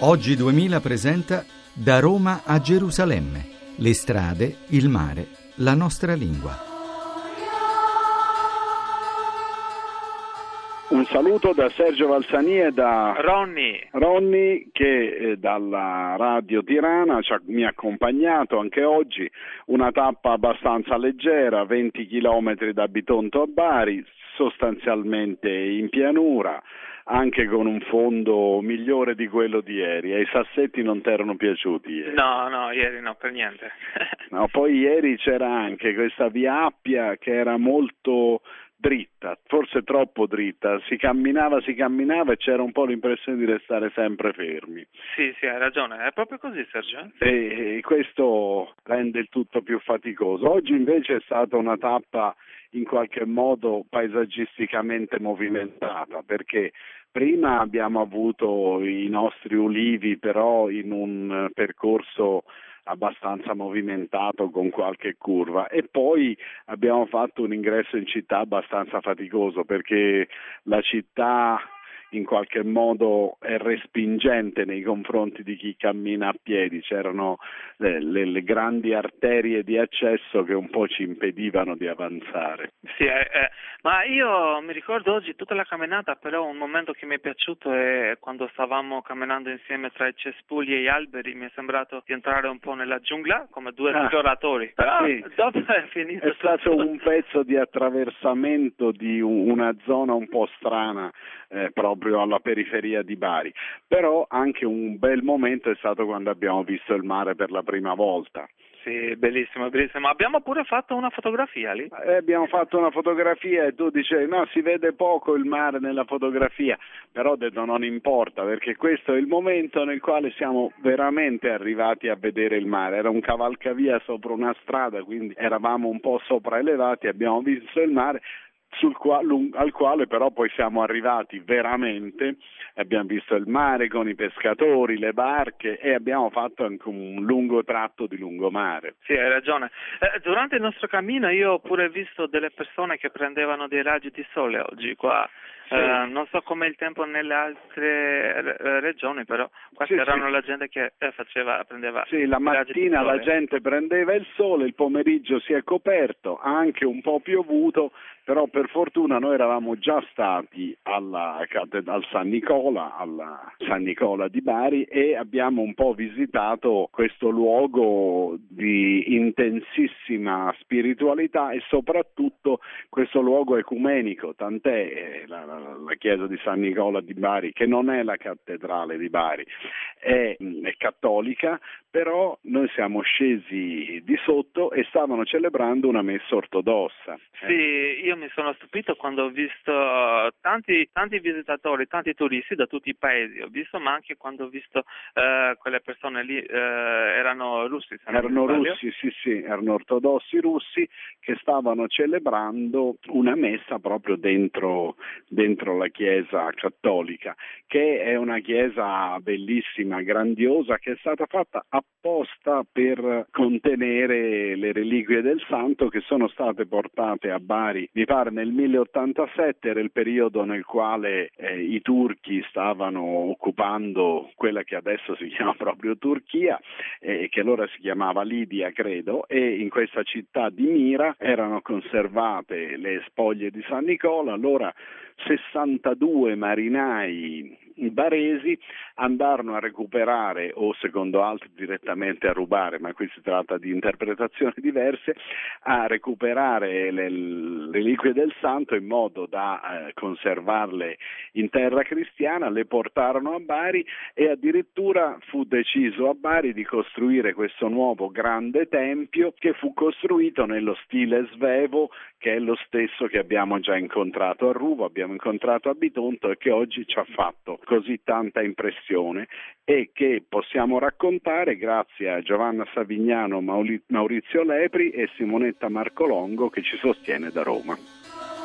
Oggi 2000 presenta Da Roma a Gerusalemme. Le strade, il mare, la nostra lingua. Un saluto da Sergio Valsani e da Ronny che dalla Radio Tirana mi ha accompagnato anche oggi. Una tappa abbastanza leggera, 20 chilometri da Bitonto a Bari, sostanzialmente in pianura, anche con un fondo migliore di quello di ieri. E i sassetti non ti erano piaciuti ieri? No, ieri no, per niente. No, poi ieri c'era anche questa via Appia che era molto dritta, forse troppo dritta, si camminava e c'era un po' l'impressione di restare sempre fermi. Sì, hai ragione, è proprio così, Sergio. E questo rende il tutto più faticoso. Oggi invece è stata una tappa in qualche modo paesaggisticamente movimentata, perché prima abbiamo avuto i nostri ulivi però in un percorso abbastanza movimentato con qualche curva, e poi abbiamo fatto un ingresso in città abbastanza faticoso perché la città in qualche modo è respingente nei confronti di chi cammina a piedi. C'erano le grandi arterie di accesso che un po' ci impedivano di avanzare. Sì, ma io mi ricordo oggi tutta la camminata, però un momento che mi è piaciuto è quando stavamo camminando insieme tra i cespugli e gli alberi. Mi è sembrato di entrare un po' nella giungla come due esploratori, però sì. Dopo è finito. È stato un pezzo di attraversamento di una zona un po' strana, proprio alla periferia di Bari, però anche un bel momento è stato quando abbiamo visto il mare per la prima volta. Sì, bellissimo. Abbiamo pure fatto una fotografia lì. Abbiamo fatto una fotografia e tu dicevi no, si vede poco il mare nella fotografia, però ho detto non importa, perché questo è il momento nel quale siamo veramente arrivati a vedere il mare. Era un cavalcavia sopra una strada, quindi eravamo un po' sopraelevati, abbiamo visto il mare, al quale però poi siamo arrivati veramente. Abbiamo visto il mare con i pescatori, le barche, e abbiamo fatto anche un lungo tratto di lungomare. Sì, hai ragione. Durante il nostro cammino io ho pure visto delle persone che prendevano dei raggi di sole oggi qua. Sì. Non so com'è il tempo nelle altre regioni, però qua c'erano la gente che prendeva. Sì, la mattina la gente prendeva il sole, il pomeriggio si è coperto, ha anche un po' piovuto, però per fortuna noi eravamo già stati al San Nicola di Bari, e abbiamo un po' visitato questo luogo di intensissima spiritualità e soprattutto questo luogo ecumenico, tant'è la chiesa di San Nicola di Bari, che non è la cattedrale di Bari, è cattolica, però noi siamo scesi di sotto e stavano celebrando una messa ortodossa. Sì, io mi sono stupito quando ho visto tanti visitatori, tanti turisti da tutti i paesi, ho visto, ma anche quando ho visto quelle persone lì erano russi. Erano russi, sì, erano ortodossi russi che stavano celebrando una messa proprio dentro la chiesa cattolica, che è una chiesa bellissima, grandiosa, che è stata fatta apposta per contenere le reliquie del santo, che sono state portate a Bari, mi pare nel 1087, era il periodo nel quale i turchi stavano occupando quella che adesso si chiama proprio Turchia, che allora si chiamava Lidia, credo, e in questa città di Mira erano conservate le spoglie di San Nicola. Allora 62 marinai baresi andarono a recuperare, o secondo altri direttamente a rubare, ma qui si tratta di interpretazioni diverse, a recuperare le reliquie del santo in modo da conservarle in terra cristiana. Le portarono a Bari e addirittura fu deciso a Bari di costruire questo nuovo grande tempio, che fu costruito nello stile svevo, che è lo stesso che abbiamo già incontrato a Ruvo, abbiamo incontrato a Bitonto, e che oggi ci ha fatto così tanta impressione, e che possiamo raccontare grazie a Giovanna Savignano, Maurizio Lepri e Simonetta Marcolongo, che ci sostiene da Roma.